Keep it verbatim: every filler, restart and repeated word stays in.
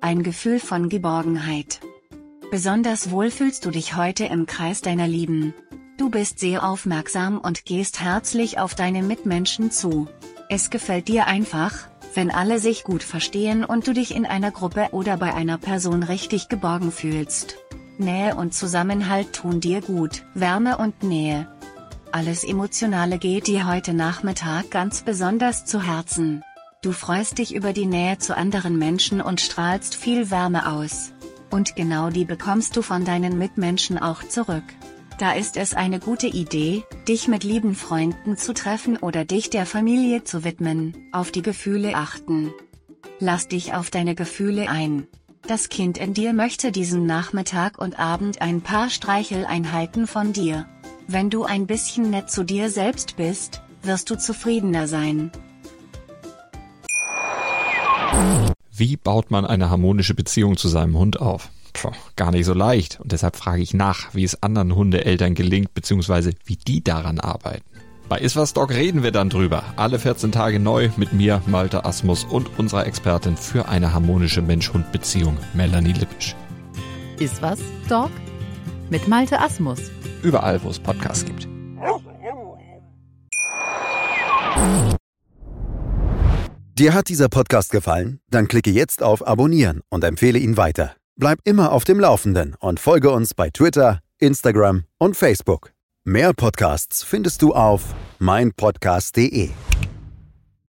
ein Gefühl von Geborgenheit. Besonders wohl fühlst du dich heute im Kreis deiner Lieben. Du bist sehr aufmerksam und gehst herzlich auf deine Mitmenschen zu. Es gefällt dir einfach, wenn alle sich gut verstehen und du dich in einer Gruppe oder bei einer Person richtig geborgen fühlst. Nähe und Zusammenhalt tun dir gut. Wärme und Nähe. Alles Emotionale geht dir heute Nachmittag ganz besonders zu Herzen. Du freust dich über die Nähe zu anderen Menschen und strahlst viel Wärme aus. Und genau die bekommst du von deinen Mitmenschen auch zurück. Da ist es eine gute Idee, dich mit lieben Freunden zu treffen oder dich der Familie zu widmen. Auf die Gefühle achten. Lass dich auf deine Gefühle ein. Das Kind in dir möchte diesen Nachmittag und Abend ein paar Streicheleinheiten von dir. Wenn du ein bisschen nett zu dir selbst bist, wirst du zufriedener sein. Wie baut man eine harmonische Beziehung zu seinem Hund auf? Puh, gar nicht so leicht. Und deshalb frage ich nach, wie es anderen Hundeeltern gelingt, beziehungsweise wie die daran arbeiten. Bei Iswas Dog reden wir dann drüber. Alle vierzehn Tage neu mit mir, Malte Asmus, und unserer Expertin für eine harmonische Mensch-Hund-Beziehung, Melanie Lippisch. Iswas Dog mit Malte Asmus. Überall, wo es Podcasts gibt. Dir hat dieser Podcast gefallen? Dann klicke jetzt auf Abonnieren und empfehle ihn weiter. Bleib immer auf dem Laufenden und folge uns bei Twitter, Instagram und Facebook. Mehr Podcasts findest du auf mein podcast punkt de.